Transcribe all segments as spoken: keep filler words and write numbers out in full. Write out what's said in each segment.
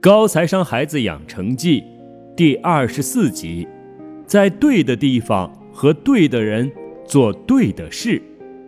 高财商孩子养成记第二十四集，在对的地方和对的人做对的事。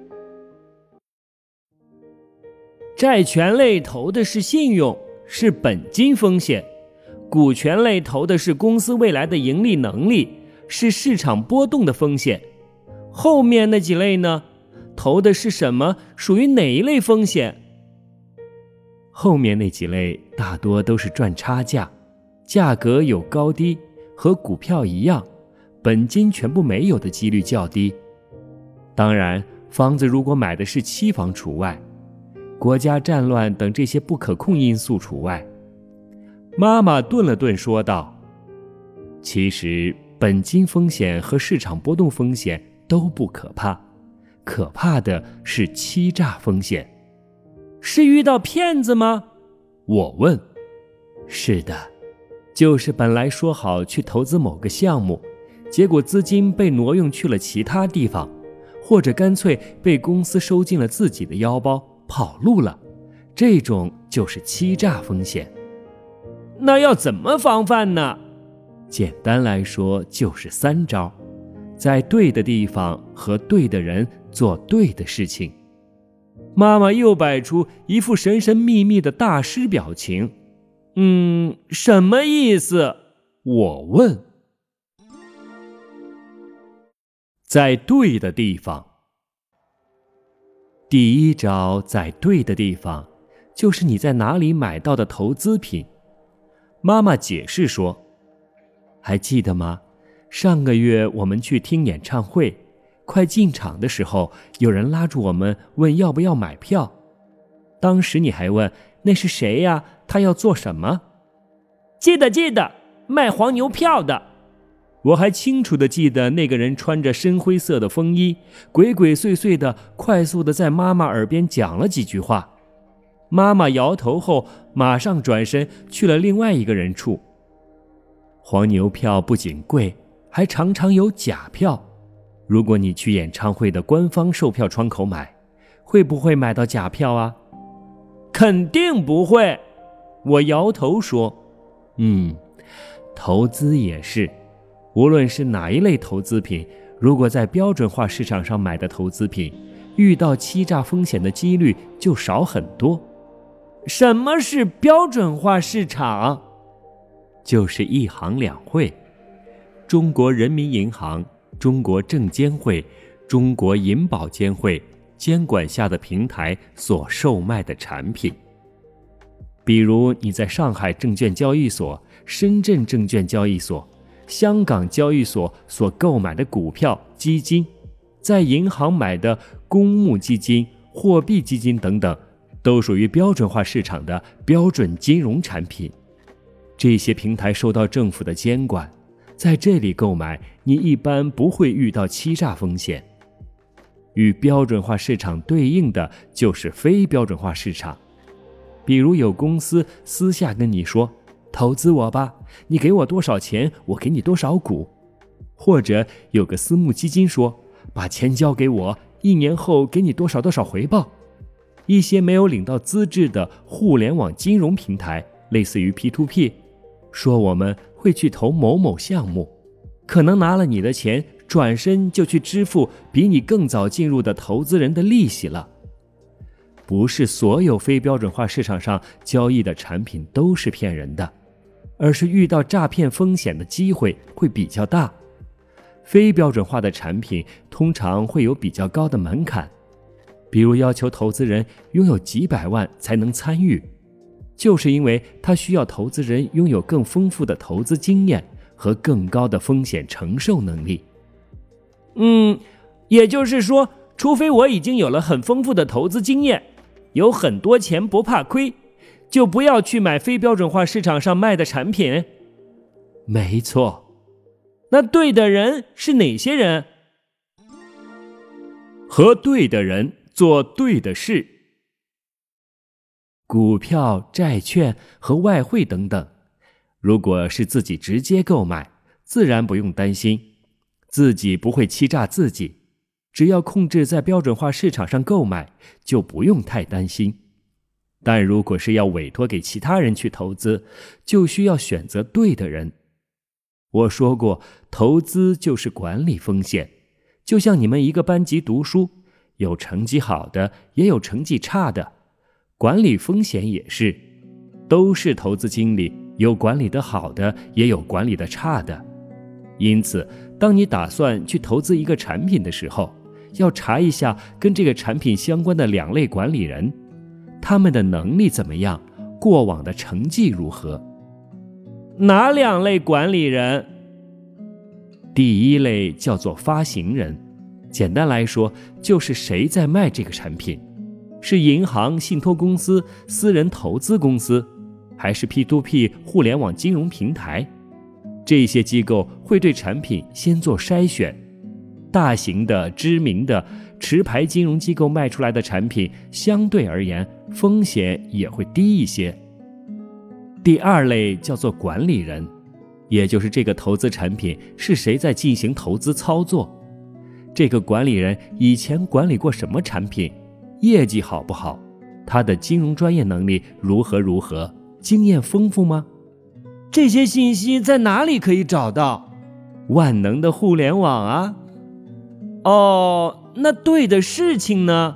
债权类投的是信用，是本金风险；股权类投的是公司未来的盈利能力，是市场波动的风险。后面那几类呢？投的是什么？属于哪一类风险？ 后面那几类大多都是赚差价，价格有高低，和股票一样，本金全部没有的几率较低。当然，房子如果买的是期房除外，国家战乱等这些不可控因素除外。妈妈顿了顿说道，其实本金风险和市场波动风险都不可怕，可怕的是欺诈风险。 是遇到骗子吗？ 我问。是的，就是本来说好去投资某个项目，结果资金被挪用去了其他地方，或者干脆被公司收进了自己的腰包，跑路了，这种就是欺诈风险。 那要怎么防范呢？ 简单来说就是三招，在对的地方和对的人做对的事情。妈妈又摆出一副神神秘秘的大师表情。 嗯，什么意思？ 我问。在对的地方。第一招在对的地方，就是你在哪里买到的投资品。妈妈解释说，还记得吗？上个月我们去听演唱会，快进场的时候，有人拉住我们问要不要买票。当时你还问那是谁呀？他要做什么？ 记得记得，卖黄牛票的。 我还清楚地记得那个人穿着深灰色的风衣，鬼鬼祟祟地快速地在妈妈耳边讲了几句话。妈妈摇头后马上转身去了另外一个人处。黄牛票不仅贵，还常常有假票。如果你去演唱会的官方售票窗口买，会不会买到假票啊？ 肯定不会。 我摇头说，嗯，投资也是，无论是哪一类投资品，如果在标准化市场上买的投资品，遇到欺诈风险的几率就少很多。 什么是标准化市场？ 就是一行两会，中国人民银行、中国证监会、中国银保监会监管下的平台所售卖的产品。比如你在上海证券交易所、深圳证券交易所、香港交易所所购买的股票、基金，在银行买的公募基金、货币基金等等，都属于标准化市场的标准金融产品。这些平台受到政府的监管，在这里购买，你一般不会遇到欺诈风险。与标准化市场对应的就是非标准化市场。比如有公司私下跟你说，投资我吧，你给我多少钱，我给你多少股。或者有个私募基金说，把钱交给我，一年后给你多少多少回报。一些没有领到资质的互联网金融平台，类似于 P to P， 说我们会去投某某项目，可能拿了你的钱，转身就去支付比你更早进入的投资人的利息了。不是所有非标准化市场上交易的产品都是骗人的，而是遇到诈骗风险的机会会比较大。非标准化的产品通常会有比较高的门槛，比如要求投资人拥有几百万才能参与，就是因为它需要投资人拥有更丰富的投资经验和更高的风险承受能力。 嗯，也就是说，除非我已经有了很丰富的投资经验，有很多钱不怕亏，就不要去买非标准化市场上卖的产品。 没错。 那对的人是哪些人？ 和对的人做对的事。股票、债券和外汇等等，如果是自己直接购买，自然不用担心，自己不会欺诈自己，只要控制在标准化市场上购买，就不用太担心。 但如果是要委托给其他人去投资，就需要选择对的人。我说过，投资就是管理风险，就像你们一个班级读书，有成绩好的，也有成绩差的，管理风险也是，都是投资经理，有管理的好的，也有管理的差的。因此，当你打算去投资一个产品的时候，要查一下跟这个产品相关的两类管理人，他们的能力怎么样，过往的成绩如何。哪两类管理人？第一类叫做发行人，简单来说，就是谁在卖这个产品，是银行、信托公司、私人投资公司，还是 P to P 互联网金融平台。这些机构会对产品先做筛选，大型的、知名的持牌金融机构卖出来的产品，相对而言风险也会低一些。第二类叫做管理人，也就是这个投资产品是谁在进行投资操作，这个管理人以前管理过什么产品，业绩好不好，他的金融专业能力如何如何，经验丰富吗？这些信息在哪里可以找到？万能的互联网啊。哦，那对的事情呢？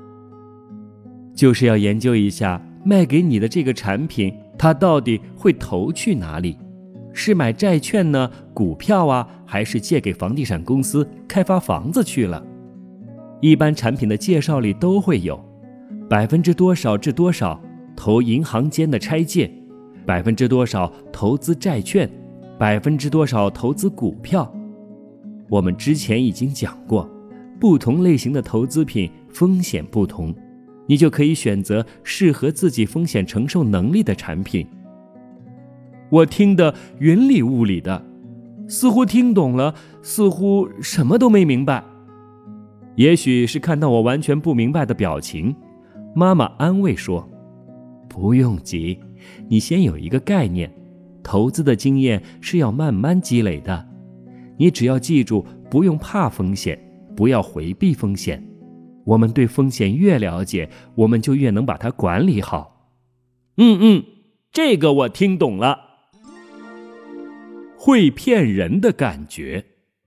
就是要研究一下卖给你的这个产品，它到底会投去哪里？是买债券呢，股票啊，还是借给房地产公司开发房子去了？一般产品的介绍里都会有百分之多少至多少投银行间的拆借，百分之多少投资债券，百分之多少投资股票。我们之前已经讲过，不同类型的投资品风险不同，你就可以选择适合自己风险承受能力的产品。我听得云里雾里的，似乎听懂了，似乎什么都没明白。也许是看到我完全不明白的表情，妈妈安慰说，不用急，你先有一个概念，投资的经验是要慢慢积累的，你只要记住，不用怕风险，不要回避风险。我们对风险越了解，我们就越能把它管理好。嗯嗯，这个我听懂了。会骗人的感觉。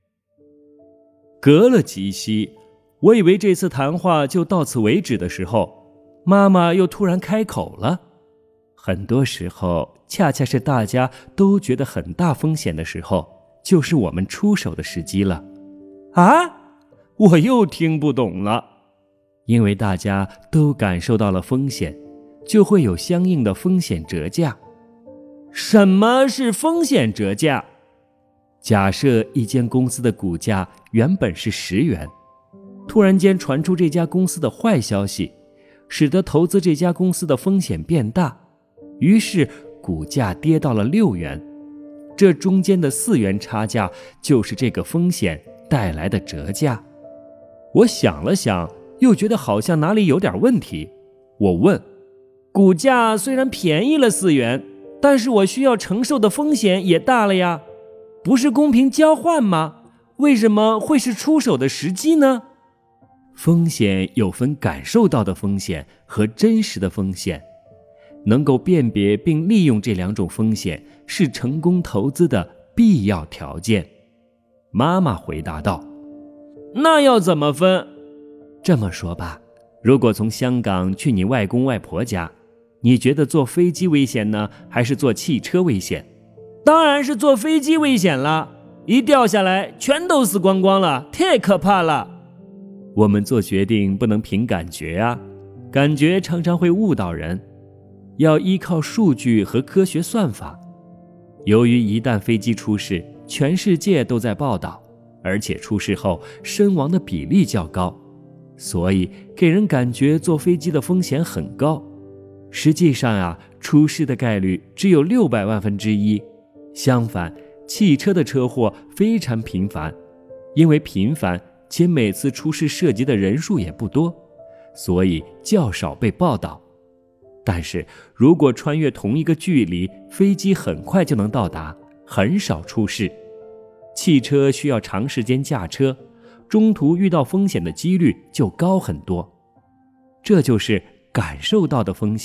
隔了几息，我以为这次谈话就到此为止的时候，妈妈又突然开口了。很多时候，恰恰是大家都觉得很大风险的时候，就是我们出手的时机了。啊？我又听不懂了。因为大家都感受到了风险，就会有相应的风险折价。什么是风险折价？假设一间公司的股价原本是十元，突然间传出这家公司的坏消息，使得投资这家公司的风险变大，于是股价跌到了六元。这中间的四元差价就是这个风险带来的折价。我想了想，又觉得好像哪里有点问题。我问，股价虽然便宜了四元，但是我需要承受的风险也大了呀，不是公平交换吗？为什么会是出手的时机呢？风险有分感受到的风险和真实的风险，能够辨别并利用这两种风险是成功投资的必要条件。妈妈回答道，那要怎么分？这么说吧，如果从香港去你外公外婆家，你觉得坐飞机危险呢，还是坐汽车危险？当然是坐飞机危险了，一掉下来全都死光光了，太可怕了。我们做决定不能凭感觉啊，感觉常常会误导人，要依靠数据和科学算法。由于一旦飞机出事，全世界都在报道，而且出事后身亡的比例较高，所以给人感觉坐飞机的风险很高。实际上啊，出事的概率只有六百万分之一。相反，汽车的车祸非常频繁，因为频繁且每次出事涉及的人数也不多，所以较少被报道。但是如果穿越同一个距离，飞机很快就能到达，很少出事。汽车需要长时间驾车，中途遇到风险的几率就高很多。这就是感受到的风险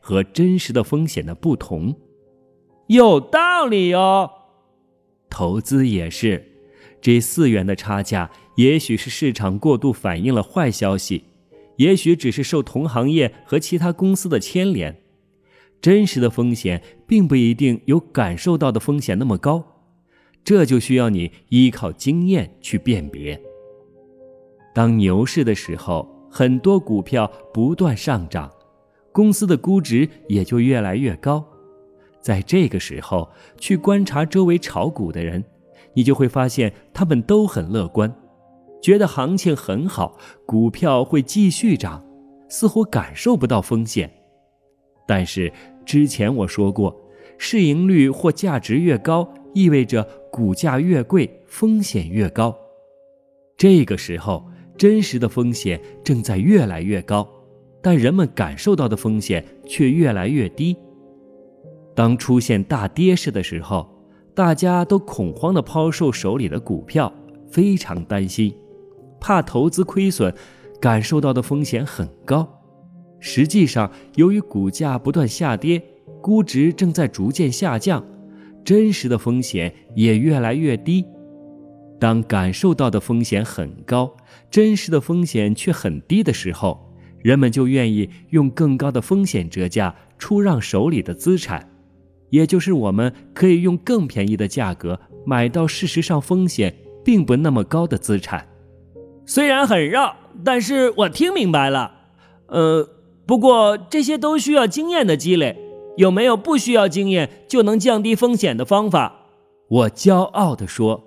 和真实的风险的不同。 有道理哦。 投资也是，这四元的差价也许是市场过度反映了坏消息，也许只是受同行业和其他公司的牵连。真实的风险并不一定有感受到的风险那么高，这就需要你依靠经验去辨别。当牛市的时候，很多股票不断上涨，公司的估值也就越来越高。在这个时候，去观察周围炒股的人，你就会发现他们都很乐观，觉得行情很好，股票会继续涨，似乎感受不到风险。但是之前我说过，市盈率或价值越高，意味着股价越贵，风险越高。这个时候，真实的风险正在越来越高，但人们感受到的风险却越来越低。当出现大跌势的时候，大家都恐慌地抛售手里的股票，非常担心，怕投资亏损，感受到的风险很高。实际上，由于股价不断下跌，估值正在逐渐下降，真实的风险也越来越低。当感受到的风险很高，真实的风险却很低的时候，人们就愿意用更高的风险折价出让手里的资产，也就是我们可以用更便宜的价格买到事实上风险并不那么高的资产。 虽然很绕，但是我听明白了。呃，不过这些都需要经验的积累，有没有不需要经验就能降低风险的方法？ 我骄傲地说。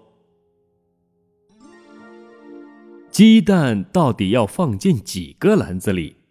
鸡蛋到底要放进几个篮子里？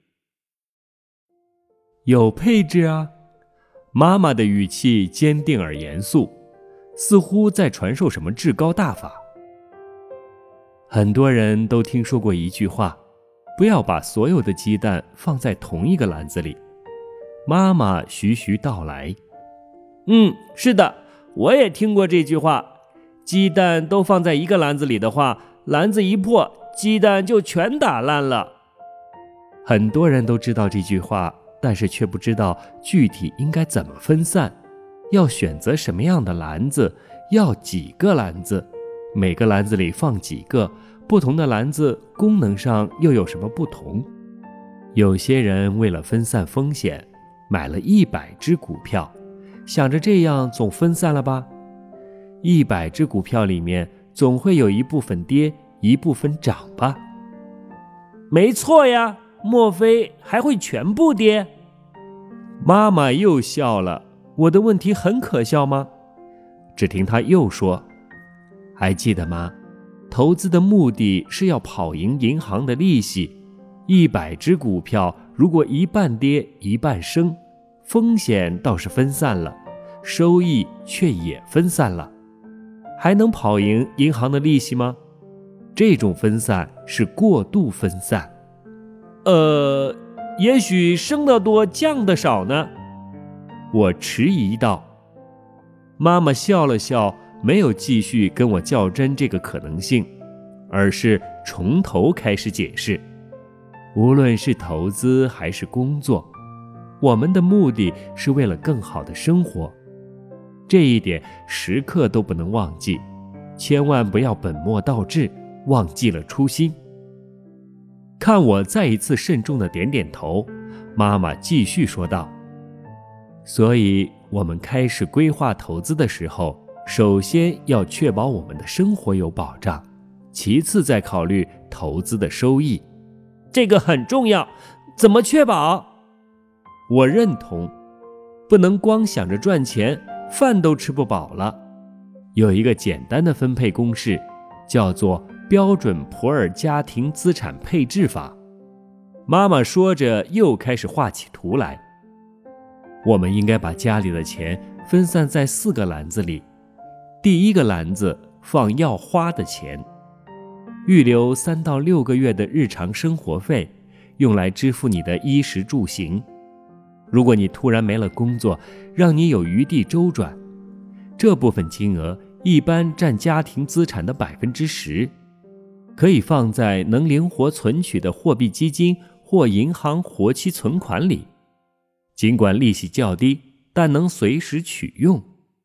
有配置啊。妈妈的语气坚定而严肃，似乎在传授什么至高大法。很多人都听说过一句话，不要把所有的鸡蛋放在同一个篮子里。妈妈徐徐道来。 嗯，是的，我也听过这句话。鸡蛋都放在一个篮子里的话，篮子一破，鸡蛋就全打烂了。 很多人都知道这句话，但是却不知道具体应该怎么分散，要选择什么样的篮子，要几个篮子，每个篮子里放几个，不同的篮子功能上又有什么不同。有些人为了分散风险，买了一百只股票，想着这样总分散了吧。一百只股票里面总会有一部分跌，一部分涨吧。 没错呀，莫非还会全部跌？ 妈妈又笑了。我的问题很可笑吗？只听她又说，还记得吗？投资的目的是要跑赢银行的利息。一百只股票如果一半跌一半升，风险倒是分散了，收益却也分散了，还能跑赢银行的利息吗？这种分散是过度分散。 呃，也许升得多降得少呢？ 我迟疑道。妈妈笑了笑，没有继续跟我较真这个可能性，而是从头开始解释。无论是投资还是工作，我们的目的是为了更好的生活，这一点时刻都不能忘记，千万不要本末倒置，忘记了初心。看我再一次慎重地点点头，妈妈继续说道，所以我们开始规划投资的时候，首先要确保我们的生活有保障，其次再考虑投资的收益。 这个很重要，怎么确保？ 我认同，不能光想着赚钱，饭都吃不饱了。有一个简单的分配公式，叫做标准普尔家庭资产配置法。妈妈说着又开始画起图来。我们应该把家里的钱分散在四个篮子里。第一个篮子放要花的钱，预留三到六个月的日常生活费，用来支付你的衣食住行。如果你突然没了工作，让你有余地周转，这部分金额一般占家庭资产的百分之十，可以放在能灵活存取的货币基金或银行活期存款里。 尽管利息较低，但能随时取用。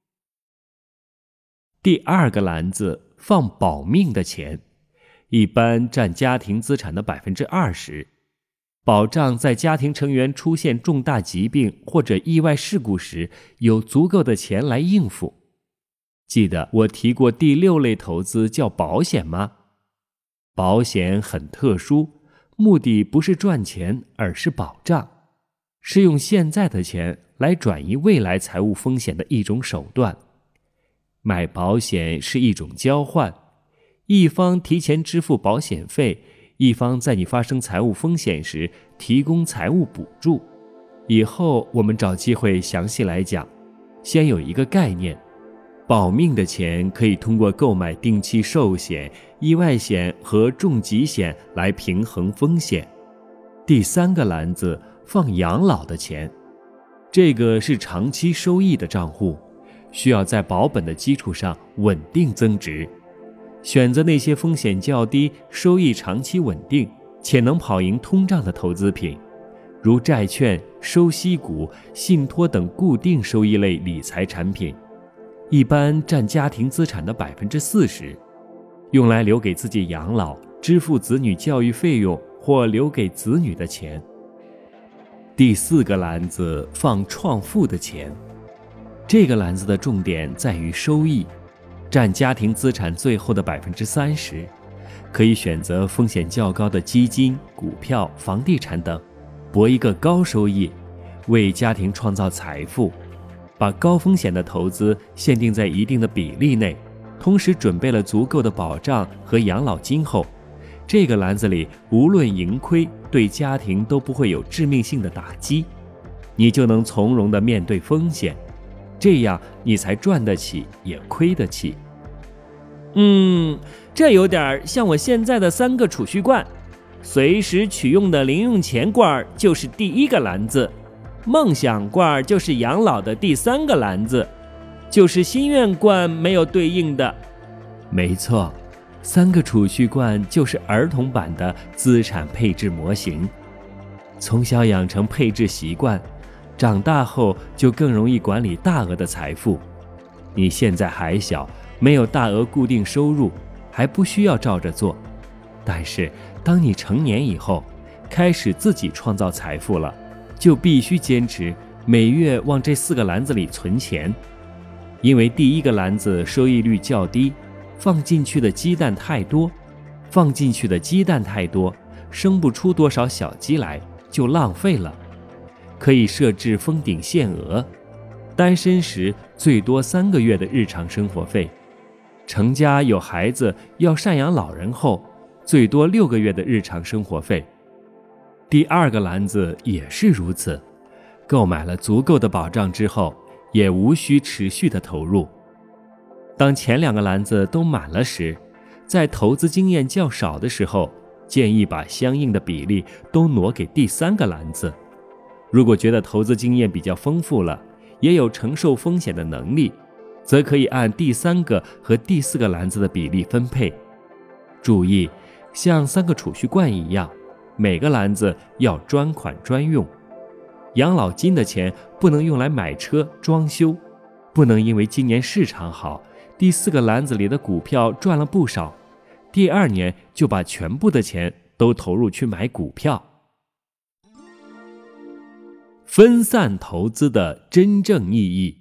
第二个篮子放保命的钱，一般占家庭资产的 百分之二十， 保障在家庭成员出现重大疾病或者意外事故时有足够的钱来应付。记得我提过第六类投资叫保险吗？保险很特殊，目的不是赚钱，而是保障，是用现在的钱来转移未来财务风险的一种手段。买保险是一种交换，一方提前支付保险费，一方在你发生财务风险时提供财务补助。以后我们找机会详细来讲，先有一个概念。保命的钱可以通过购买定期寿险、意外险和重疾险来平衡风险。第三个篮子放养老的钱，这个是长期收益的账户，需要在保本的基础上稳定增值。选择那些风险较低、收益长期稳定且能跑赢通胀的投资品，如债券、收息股、信托等固定收益类理财产品，一般占家庭资产的 百分之四十， 用来留给自己养老、支付子女教育费用或留给子女的钱。第四个篮子放创富的钱，这个篮子的重点在于收益，占家庭资产最后的 百分之三十， 可以选择风险较高的基金、股票、房地产等，博一个高收益，为家庭创造财富。把高风险的投资限定在一定的比例内，同时准备了足够的保障和养老金后，这个篮子里无论盈亏，对家庭都不会有致命性的打击，你就能从容地面对风险，这样你才赚得起也亏得起。 嗯，这有点像我现在的三个储蓄罐，随时取用的零用钱罐就是第一个篮子，梦想罐就是养老的第三个篮子，就是心愿罐没有对应的。 没错，三个储蓄罐就是儿童版的资产配置模型。从小养成配置习惯，长大后就更容易管理大额的财富。你现在还小，没有大额固定收入，还不需要照着做。但是当你成年以后，开始自己创造财富了，就必须坚持每月往这四个篮子里存钱。因为第一个篮子收益率较低，放进去的鸡蛋太多，放进去的鸡蛋太多，生不出多少小鸡来，就浪费了。可以设置封顶限额，单身时最多三个月的日常生活费，成家有孩子要赡养老人后，最多六个月的日常生活费。第二个篮子也是如此，购买了足够的保障之后，也无需持续的投入。当前两个篮子都满了时，在投资经验较少的时候，建议把相应的比例都挪给第三个篮子。如果觉得投资经验比较丰富了，也有承受风险的能力，则可以按第三个和第四个篮子的比例分配。注意，像三个储蓄罐一样，每个篮子要专款专用。养老金的钱不能用来买车装修，不能因为今年市场好，第四个篮子里的股票赚了不少，第二年就把全部的钱都投入去买股票。分散投资的真正意义。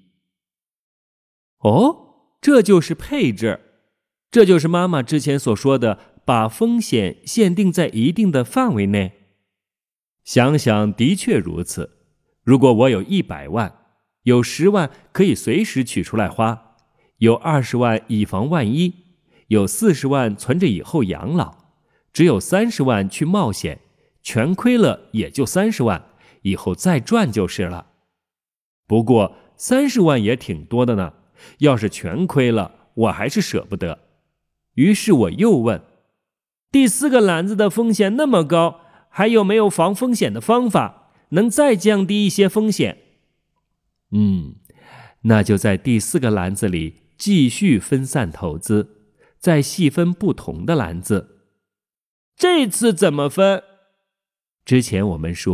哦，这就是配置，这就是妈妈之前所说的把风险限定在一定的范围内。 想想的确如此，如果我有一百万，有十万可以随时取出来花，有二十万以防万一，有四十万存着以后养老，只有三十万去冒险，全亏了也就三十万，以后再赚就是了。不过三十万也挺多的呢，要是全亏了，我还是舍不得。于是我又问， 第四个篮子的风险那么高，还有没有防风险的方法，能再降低一些风险？ 嗯，那就在第四个篮子里继续分散投资，再细分不同的篮子。 这次怎么分？ 之前我们说，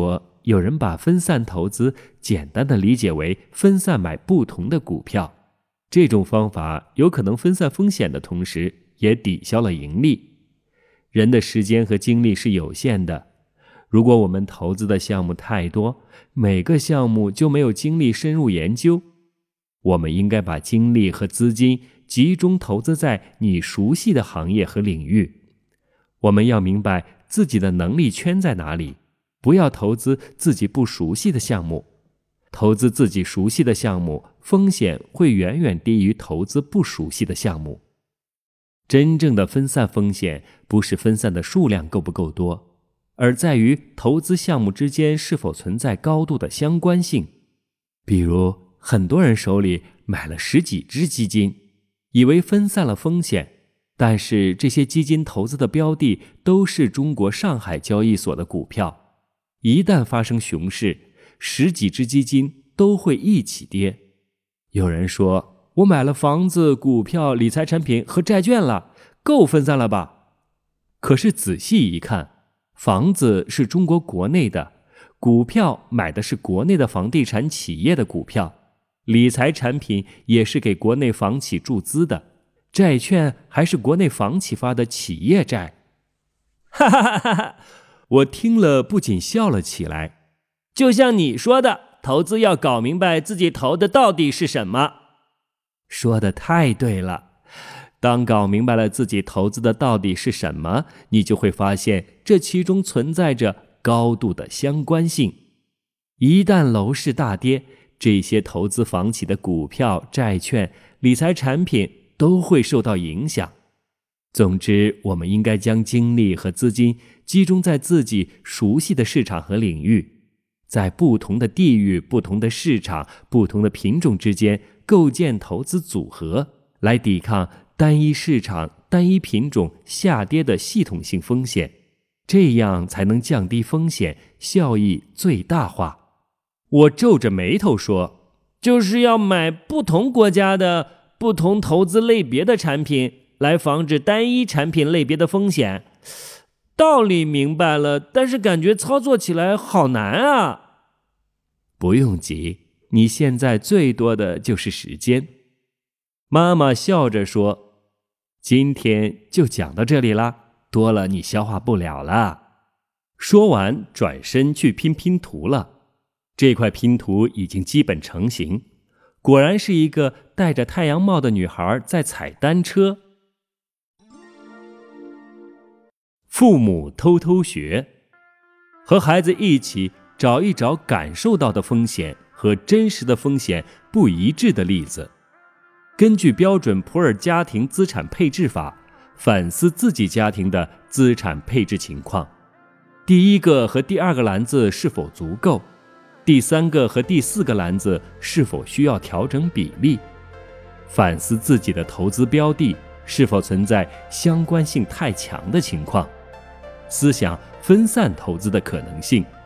有人把分散投资简单的理解为分散买不同的股票，这种方法有可能分散风险的同时，也抵消了盈利。人的时间和精力是有限的，如果我们投资的项目太多，每个项目就没有精力深入研究。我们应该把精力和资金集中投资在你熟悉的行业和领域。我们要明白自己的能力圈在哪里，不要投资自己不熟悉的项目。投资自己熟悉的项目，风险会远远低于投资不熟悉的项目。真正的分散风险，不是分散的数量够不够多，而在于投资项目之间是否存在高度的相关性。比如，很多人手里买了十几只基金，以为分散了风险，但是这些基金投资的标的都是中国上海交易所的股票，一旦发生熊市，十几只基金都会一起跌。有人说，我买了房子、股票、理财产品和债券了，够分散了吧？可是仔细一看，房子是中国国内的，股票买的是国内的房地产企业的股票，理财产品也是给国内房企注资的，债券还是国内房企发的企业债。哈哈哈哈哈！我听了不仅笑了起来。 就像你说的，投资要搞明白自己投的到底是什么。 说得太对了，当搞明白了自己投资的到底是什么，你就会发现这其中存在着高度的相关性。一旦楼市大跌，这些投资房企的股票、债券、理财产品都会受到影响。总之，我们应该将精力和资金集中在自己熟悉的市场和领域，在不同的地域、不同的市场、不同的品种之间构建投资组合，来抵抗单一市场、单一品种下跌的系统性风险，这样才能降低风险，效益最大化。我皱着眉头说， 就是要买不同国家的不同投资类别的产品，来防止单一产品类别的风险。道理明白了，但是感觉操作起来好难啊。 不用急，你现在最多的就是时间。妈妈笑着说，今天就讲到这里啦，多了你消化不了了。说完，转身去拼拼图了。这块拼图已经基本成型，果然是一个戴着太阳帽的女孩在踩单车。父母偷偷学，和孩子一起找一找感受到的风险和真实的风险不一致的例子。根据标准普尔家庭资产配置法，反思自己家庭的资产配置情况。第一个和第二个篮子是否足够？第三个和第四个篮子是否需要调整比例？反思自己的投资标的是否存在相关性太强的情况，思想分散投资的可能性，